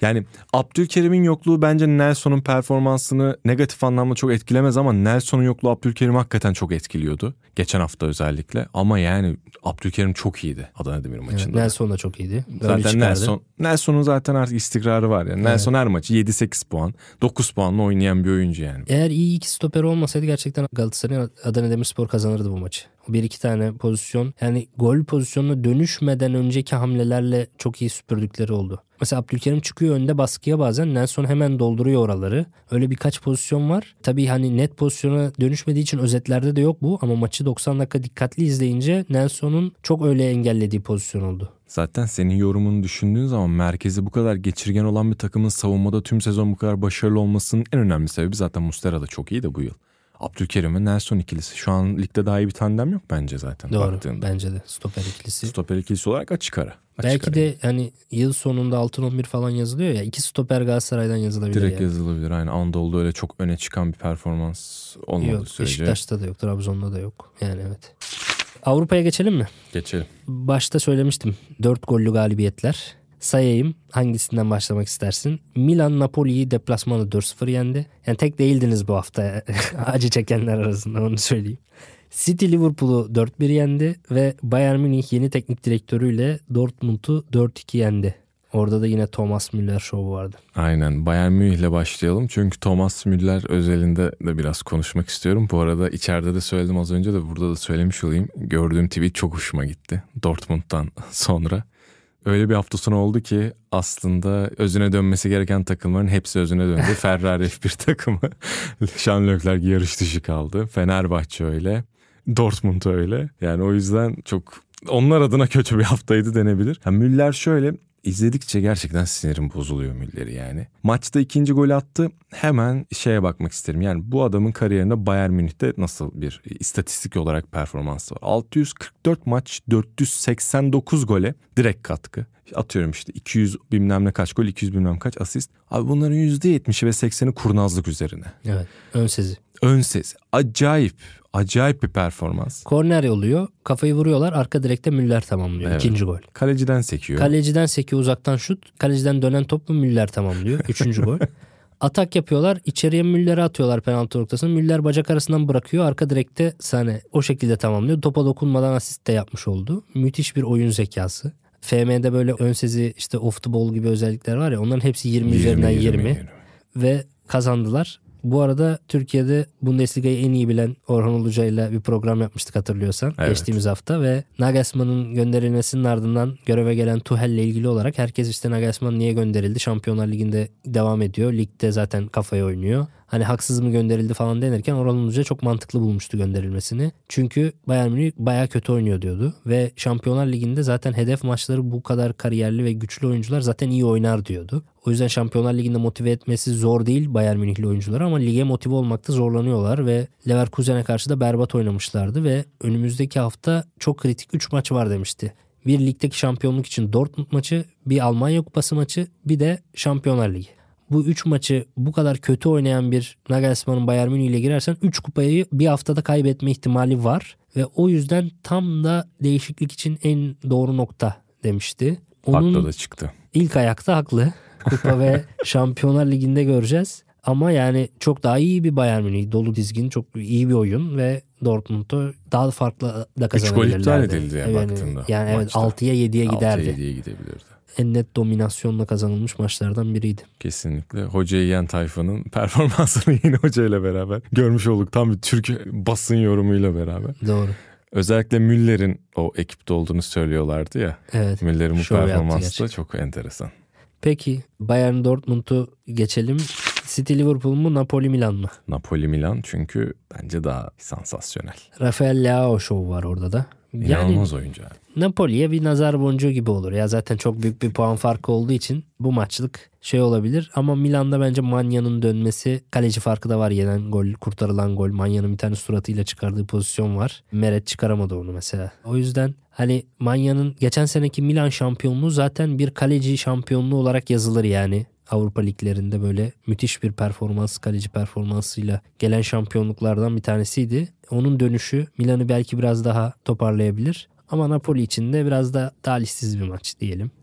Yani Abdülkerim'in yokluğu bence Nelson'un performansını negatif anlamda çok etkilemez ama Nelson'un yokluğu Abdülkerim'i hakikaten çok etkiliyordu. Geçen hafta özellikle. Ama yani Abdülkerim çok iyiydi Adana Demir maçında. Evet, Nelson da çok iyiydi. Zaten Nelson, Nelson'un zaten artık istikrarı var yani. Nelson evet. Her maçı yedi sekiz puan, dokuz puanla oynayan bir oyuncu yani. Eğer iyi iki stoper olmasaydı gerçekten Galatasaray Adana Demirspor kazanırdı bu maçı. Bir iki tane pozisyon, yani gol pozisyonuna dönüşmeden önceki hamlelerle çok iyi süpürdükleri oldu. Mesela Abdülkerim çıkıyor önde baskıya, bazen Nelson hemen dolduruyor oraları. Öyle birkaç pozisyon var. Tabii hani net pozisyona dönüşmediği için özetlerde de yok bu, ama maçı doksan dakika dikkatli izleyince Nelson'un çok öyle engellediği pozisyon oldu. Zaten senin yorumunu düşündüğün zaman merkezi bu kadar geçirgen olan bir takımın savunmada tüm sezon bu kadar başarılı olmasının en önemli sebebi zaten Muslera da çok iyi de bu yıl. Abdülkerim ve Nelson ikilisi. Şu an ligde daha iyi bir tandem yok bence zaten. Doğru, baktığında. Bence de stoper ikilisi. Stoper ikilisi olarak açık ara. Açık Belki ara. de hani yıl sonunda altın on bir falan yazılıyor ya, iki stoper Galatasaray'dan yazılabilir. Direkt yani. yazılabilir. Aynen. Anadolu'da öyle çok öne çıkan bir performans olmadığı yok, sürece. Beşiktaş'ta da yok, Trabzon'da da yok. Yani evet. Avrupa'ya geçelim mi? Geçelim. Başta söylemiştim. dört gollü galibiyetler. Sayayım, hangisinden başlamak istersin? Milan Napoli'yi deplasmanda dört sıfır yendi. Yani tek değildiniz bu hafta acı çekenler arasında, onu söyleyeyim. City Liverpool'u dört bir yendi ve Bayern Münih yeni teknik direktörüyle Dortmund'u dört iki yendi. Orada da yine Thomas Müller şovu vardı. Aynen, Bayern Münih'le başlayalım. Çünkü Thomas Müller özelinde de biraz konuşmak istiyorum. Bu arada içeride de söyledim az önce de burada da söylemiş olayım. Gördüğüm tweet çok hoşuma gitti Dortmund'dan sonra. Öyle bir hafta sonu oldu ki aslında özüne dönmesi gereken takımların hepsi özüne döndü. Ferrari F bir takımı, Charles Leclerc yarış dışı kaldı. Fenerbahçe öyle, Dortmund öyle. Yani o yüzden çok onlar adına kötü bir haftaydı denebilir. Yani Müller şöyle, izledikçe gerçekten sinirim bozuluyor Müller'i yani. Maçta ikinci golü attı. Hemen şeye bakmak isterim. Yani bu adamın kariyerinde Bayern Münih'te nasıl bir istatistik olarak performansı var? altı yüz kırk dört maç, dört yüz seksen dokuz gole direkt katkı. Atıyorum işte iki yüz bilmem ne kaç gol, iki yüz bilmem kaç asist. Abi bunların yüzde yetmişi ve sekseni kurnazlık üzerine. Evet, ön sezi. Ön sezi. Acayip. Acayip bir performans. Korner oluyor. Kafayı vuruyorlar. Arka direkte Müller tamamlıyor. Evet. İkinci gol. Kaleciden sekiyor. Kaleciden sekiyor, uzaktan şut. Kaleciden dönen topu Müller tamamlıyor. Üçüncü gol. Atak yapıyorlar. İçeriye Müller'e atıyorlar penaltı noktasını. Müller bacak arasından bırakıyor. Arka direkte Sane o şekilde tamamlıyor. Topa dokunmadan asist de yapmış oldu. Müthiş bir oyun zekası. F M'de böyle ön sezi, işte off the ball gibi özellikler var ya, onların hepsi yirmi, yirmi üzerinden yirmi, yirmi. yirmi ve kazandılar. Bu arada Türkiye'de Bundesliga'yı en iyi bilen Orhan Uluca ile bir program yapmıştık hatırlıyorsan. Evet. Geçtiğimiz hafta ve Nagelsmann'ın gönderilmesinin ardından göreve gelen Tuchel ile ilgili olarak herkes işte Nagelsmann niye gönderildi? Şampiyonlar Ligi'nde devam ediyor. Ligde zaten kafaya oynuyor. Hani haksız mı gönderildi falan denirken Orhan Uluca çok mantıklı bulmuştu gönderilmesini. Çünkü Bayern Münih bayağı kötü oynuyor diyordu. Ve Şampiyonlar Ligi'nde zaten hedef maçları bu kadar kariyerli ve güçlü oyuncular zaten iyi oynar diyordu. O yüzden Şampiyonlar Ligi'nde motive etmesi zor değil Bayern Münihli oyuncuları, ama lige motive olmakta zorlanıyorlar ve Leverkusen'e karşı da berbat oynamışlardı ve önümüzdeki hafta çok kritik üç maç var demişti. Bir ligdeki şampiyonluk için Dortmund maçı, bir Almanya Kupası maçı, bir de Şampiyonlar Ligi. Bu üç maçı bu kadar kötü oynayan bir Nagelsmann'ın Bayern Münih ile girersen üç kupayı bir haftada kaybetme ihtimali var. Ve o yüzden tam da değişiklik için en doğru nokta demişti. Onun haklı da çıktı. İlk ayakta haklı. Kupa ve Şampiyonlar Ligi'nde göreceğiz. Ama yani çok daha iyi bir Bayern Münih. Dolu dizgin, çok iyi bir oyun ve Dortmund'u daha farklı da kazanabilirlerdi. üç gol iptal edildi yani, yani baktığında. Yani evet, altıya yediye giderdi. altıya yediye gidebilirdi. En net dominasyonla kazanılmış maçlardan biriydi. Kesinlikle. Hocayı yiyen tayfanın performansını yine hocayla beraber görmüş olduk. Tam bir Türk basın yorumuyla beraber. Doğru. Özellikle Müller'in o ekipte olduğunu söylüyorlardı ya. Evet. Müller'in bu performansı da çok enteresan. Peki Bayern Dortmund'u geçelim. City Liverpool mu, Napoli Milan mı? Napoli Milan, çünkü bence daha sansasyonel. Rafael Leao şovu var orada da. İnanılmaz yani, oyuncu abi. Napoli'ye bir nazar boncuğu gibi olur. Ya zaten çok büyük bir puan farkı olduğu için bu maçlık şey olabilir. Ama Milan'da bence Magna'nın dönmesi, kaleci farkı da var. Yenen gol, kurtarılan gol. Magna'nın bir tane suratıyla çıkardığı pozisyon var. Meret çıkaramadı onu mesela. O yüzden hani Magna'nın geçen seneki Milan şampiyonluğu zaten bir kaleci şampiyonluğu olarak yazılır yani. Avrupa liglerinde böyle müthiş bir performans, kaleci performansıyla gelen şampiyonluklardan bir tanesiydi. Onun dönüşü Milan'ı belki biraz daha toparlayabilir. Ama Napoli için de biraz da talihsiz bir maç diyelim.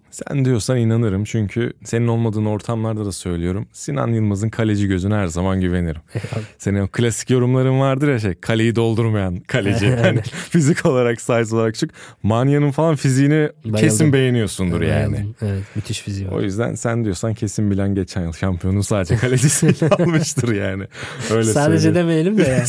Sen diyorsan inanırım çünkü senin olmadığın ortamlarda da söylüyorum. Sinan Yılmaz'ın kaleci gözüne her zaman güvenirim. Senin o klasik yorumların vardır ya şey, kaleyi doldurmayan kaleci. Yani fizik olarak, size olarak çık. Manya'nın falan fiziğini Bayıldım. kesin beğeniyorsundur yani. Bayıldım. Evet, müthiş fiziği var. O yüzden sen diyorsan kesin bilen geçen yıl şampiyonu sadece kalecisiyle almıştır yani. Öyle sadece söyleyeyim. demeyelim de ya.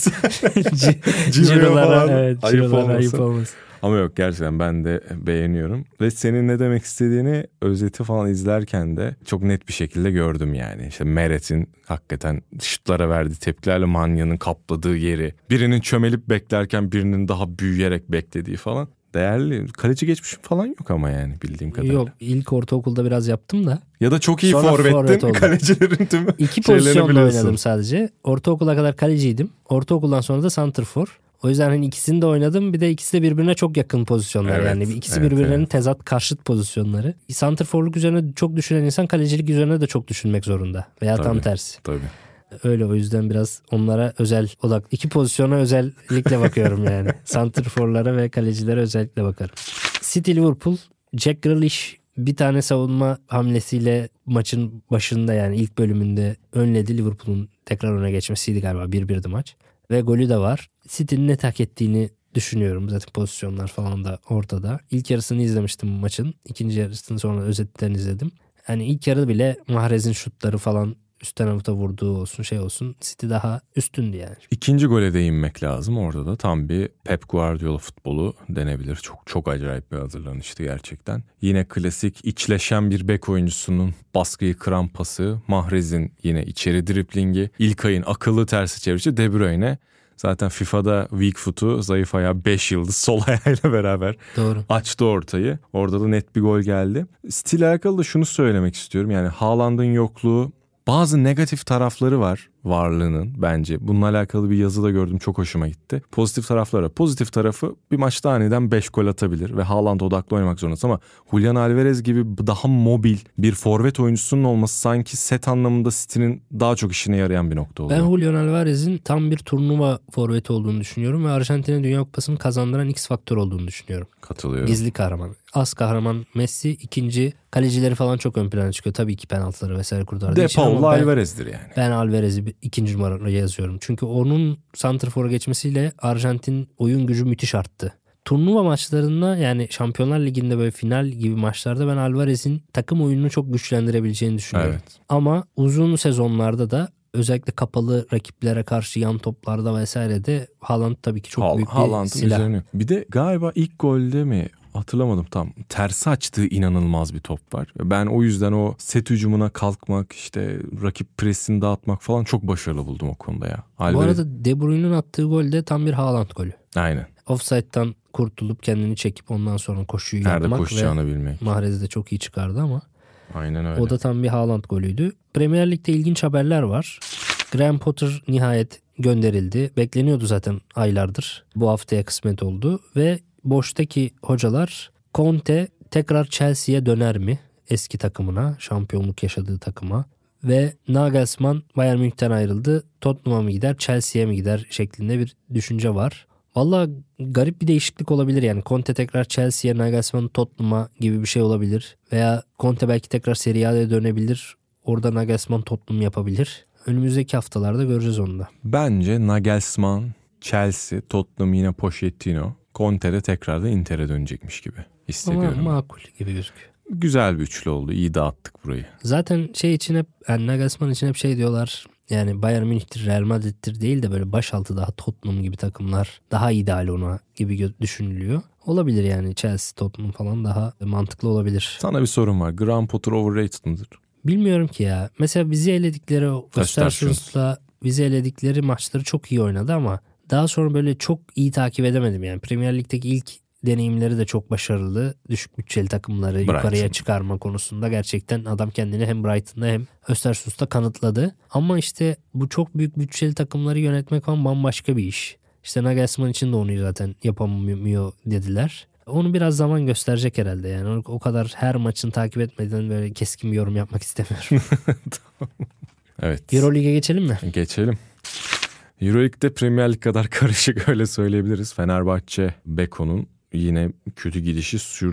Ciro'lara evet, ayıp olmasın. Ayıp olmasın. Ama yok, gerçekten ben de beğeniyorum. Ve senin ne demek istediğini özeti falan izlerken de çok net bir şekilde gördüm yani. İşte Meret''in hakikaten şutlara verdiği tepkilerle Manya'nın kapladığı yeri. Birinin çömelip beklerken birinin daha büyüyerek beklediği falan. Değerli. Kaleci geçmişim falan yok ama yani bildiğim kadarıyla. Yok, ilk ortaokulda biraz yaptım da. Ya da çok iyi Sonra forvettin. Forvet Kalecilerin tümü İki pozisyonda oynadım sadece. Ortaokula kadar kaleciydim. Ortaokuldan sonra da santrfor. O yüzden hani ikisini de oynadım. Bir de ikisi de birbirine çok yakın pozisyonlar. Evet, yani ikisi evet, birbirlerinin evet. tezat, karşıt pozisyonları. Santrforluk üzerine çok düşünen insan kalecilik üzerine de çok düşünmek zorunda. Veya tabii, tam tersi. Tabii. Öyle, o yüzden biraz onlara özel odak. İki pozisyona özellikle bakıyorum yani. Santrforlara ve kalecilere özellikle bakarım. City Liverpool, Jack Grealish bir tane savunma hamlesiyle maçın başında, yani ilk bölümünde önledi. Liverpool'un tekrar öne geçmesiydi galiba, bir birdi maç. Ve golü de var. City'nin net hak ettiğini düşünüyorum. Zaten pozisyonlar falan da ortada. İlk yarısını izlemiştim maçın. İkinci yarısını sonra özetten izledim. Yani ilk yarı bile Mahrez'in şutları falan, üstten avuta vurduğu olsun, şey olsun, City daha üstündü yani. İkinci gole değinmek lazım. Orada da tam bir Pep Guardiola futbolu denebilir. Çok çok acayip bir hazırlanıştı gerçekten. Yine klasik içleşen bir bek oyuncusunun baskıyı kıran pası, Mahrez'in yine içeri driplingi, İlkay'ın akıllı tersi çevirişi, De Bruyne zaten FIFA'da weak foot'u, zayıf ayağı beş yıldız sol ayağıyla beraber Doğru. açtı ortayı. Orada da net bir gol geldi. Stil alakalı da şunu söylemek istiyorum. Yani Haaland'ın yokluğu, bazı negatif tarafları var varlığının bence. Bununla alakalı bir yazı da gördüm, çok hoşuma gitti. Pozitif tarafları. Pozitif tarafı, bir maçta aniden beş gol atabilir ve Haaland odaklı oynamak zorundasın ama Julian Alvarez gibi daha mobil bir forvet oyuncusunun olması sanki set anlamında City'nin daha çok işine yarayan bir nokta oluyor. Ben Julian Alvarez'in tam bir turnuva forveti olduğunu düşünüyorum ve Arjantin'e Dünya Kupası'nı kazandıran X faktör olduğunu düşünüyorum. Katılıyorum. Gizli kahraman. Az kahraman Messi, ikinci kalecileri falan çok ön plana çıkıyor. Tabii ki penaltıları vesaire kurtardığı De için Paul ama ben, Alvarez'dir yani. Ben Alvarez'i ikinci numaraya yazıyorum. Çünkü onun santrfora geçmesiyle Arjantin oyun gücü müthiş arttı. Turnuva maçlarında, yani Şampiyonlar Ligi'nde böyle final gibi maçlarda ben Alvarez'in takım oyununu çok güçlendirebileceğini düşünüyorum. Evet. Ama uzun sezonlarda da özellikle kapalı rakiplere karşı yan toplarda vesaire de Haaland tabii ki çok Hal- büyük bir Haaland'ın silah. Üzerine. Bir de galiba ilk golde mi, hatırlamadım tam, tersi açtığı inanılmaz bir top var. Ben o yüzden o set hücumuna kalkmak, işte rakip presini dağıtmak falan çok başarılı buldum o konuda ya. Alvarez... Bu arada De Bruyne'nin attığı gol de tam bir Haaland golü. Aynen. Offside'dan kurtulup kendini çekip ondan sonra koşuyu Nerede yapmak. Nerede koşacağını bilmek. Mahrez de çok iyi çıkardı ama. Aynen öyle. O da tam bir Haaland golüydü. Premier Lig'de ilginç haberler var. Graham Potter nihayet gönderildi. Bekleniyordu zaten aylardır. Bu haftaya kısmet oldu ve boştaki hocalar, Conte tekrar Chelsea'ye döner mi? Eski takımına, şampiyonluk yaşadığı takıma. Ve Nagelsmann Bayern Münih'ten ayrıldı. Tottenham'a mı gider, Chelsea'ye mi gider şeklinde bir düşünce var. Vallahi garip bir değişiklik olabilir yani. Conte tekrar Chelsea'ye, Nagelsmann Tottenham'a gibi bir şey olabilir. Veya Conte belki tekrar Serie A'ya dönebilir. Orada Nagelsmann Tottenham yapabilir. Önümüzdeki haftalarda göreceğiz onu da. Bence Nagelsmann, Chelsea, Tottenham yine Pochettino, Conte de tekrar da Inter'e dönecekmiş gibi hissediyorum. Ama makul gibi gözüküyor. Güzel bir üçlü oldu. İyi dağıttık burayı. Zaten şey için hep, yani Nagelsmann için hep şey diyorlar. Yani Bayern Münih'tir, Real Madrid'tir değil de böyle başaltı daha Tottenham gibi takımlar daha ideal ona gibi düşünülüyor. Olabilir yani, Chelsea, Tottenham falan daha mantıklı olabilir. Sana bir sorum var. Graham Potter overrated mıdır? Bilmiyorum ki ya. Mesela bizi eledikleri Östersunds'la bizi eledikleri maçları çok iyi oynadı ama daha sonra böyle çok iyi takip edemedim yani. Premier Lig'deki ilk deneyimleri de çok başarılı. Düşük bütçeli takımları Brighton yukarıya çıkarma konusunda gerçekten adam kendini hem Brighton'da hem Östersunds'ta kanıtladı. Ama işte bu çok büyük bütçeli takımları yönetmek falan bambaşka bir iş. İşte Nagelsmann için de onu zaten yapamıyor dediler. Onu biraz zaman gösterecek herhalde yani. O kadar her maçını takip etmeden böyle keskin bir yorum yapmak istemiyorum. Tamam. Evet. Euroleague'e geçelim mi? Geçelim. Euroleague'de Premier Lig kadar karışık, öyle söyleyebiliriz. Fenerbahçe Beko'nun yine kötü gidişi sürdü.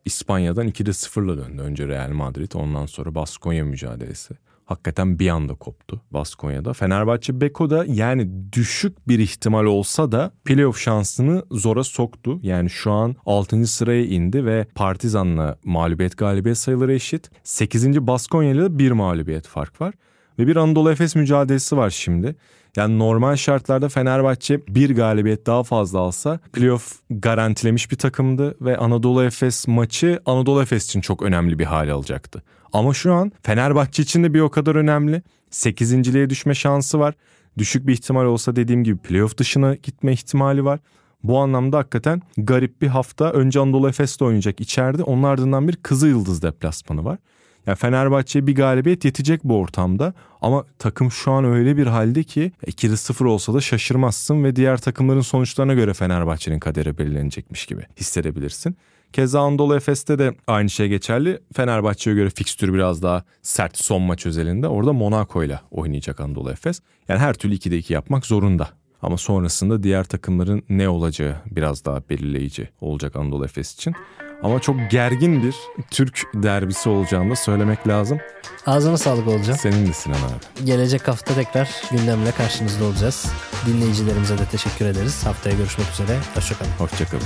İspanya'dan ikide sıfırla döndü. Önce Real Madrid, ondan sonra Baskonya mücadelesi. Hakikaten bir anda koptu Baskonya'da. Fenerbahçe Beko'da yani düşük bir ihtimal olsa da playoff şansını zora soktu. Yani şu an altıncı sıraya indi ve Partizan'la mağlubiyet galibiyet sayıları eşit. sekizinci Baskonya'yla da bir mağlubiyet fark var. Ve bir Anadolu Efes mücadelesi var şimdi. Yani normal şartlarda Fenerbahçe bir galibiyet daha fazla alsa playoff garantilemiş bir takımdı ve Anadolu Efes maçı Anadolu Efes için çok önemli bir hale alacaktı. Ama şu an Fenerbahçe için de bir o kadar önemli. sekizinciliğe düşme şansı var. Düşük bir ihtimal olsa dediğim gibi playoff dışına gitme ihtimali var. Bu anlamda hakikaten garip bir hafta. Önce Anadolu Efes'te oynayacak içeride. Onun ardından bir Kızılyıldız deplasmanı var. Yani Fenerbahçe'ye bir galibiyet yetecek bu ortamda ama takım şu an öyle bir halde ki ikide sıfır olsa da şaşırmazsın ve diğer takımların sonuçlarına göre Fenerbahçe'nin kaderi belirlenecekmiş gibi hissedebilirsin. Keza Anadolu Efes'te de aynı şey geçerli. Fenerbahçe'ye göre fikstür biraz daha sert son maç özelinde. Orada Monaco'yla oynayacak Anadolu Efes. Yani her türlü ikide iki yapmak zorunda. Ama sonrasında diğer takımların ne olacağı biraz daha belirleyici olacak Anadolu Efes için. Ama çok gergin bir Türk derbisi olacağını da söylemek lazım. Ağzına sağlık olacağım. Senin de Sinan abi. Gelecek hafta tekrar gündemle karşınızda olacağız. Dinleyicilerimize de teşekkür ederiz. Haftaya görüşmek üzere. Hoşçakalın. Hoşçakalın.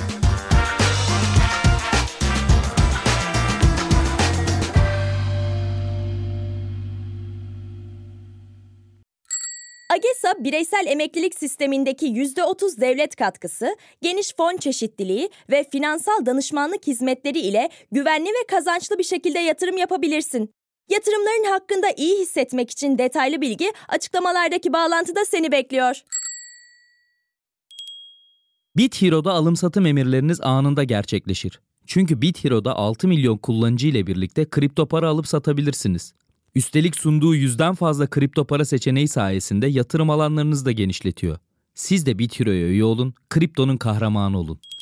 AGESA, bireysel emeklilik sistemindeki yüzde otuz devlet katkısı, geniş fon çeşitliliği ve finansal danışmanlık hizmetleri ile güvenli ve kazançlı bir şekilde yatırım yapabilirsin. Yatırımların hakkında iyi hissetmek için detaylı bilgi açıklamalardaki bağlantıda seni bekliyor. BitHero'da alım-satım emirleriniz anında gerçekleşir. Çünkü BitHero'da altı milyon kullanıcı ile birlikte kripto para alıp satabilirsiniz. Üstelik sunduğu yüzden fazla kripto para seçeneği sayesinde yatırım alanlarınızı da genişletiyor. Siz de BitHero'ya üye olun, kriptonun kahramanı olun.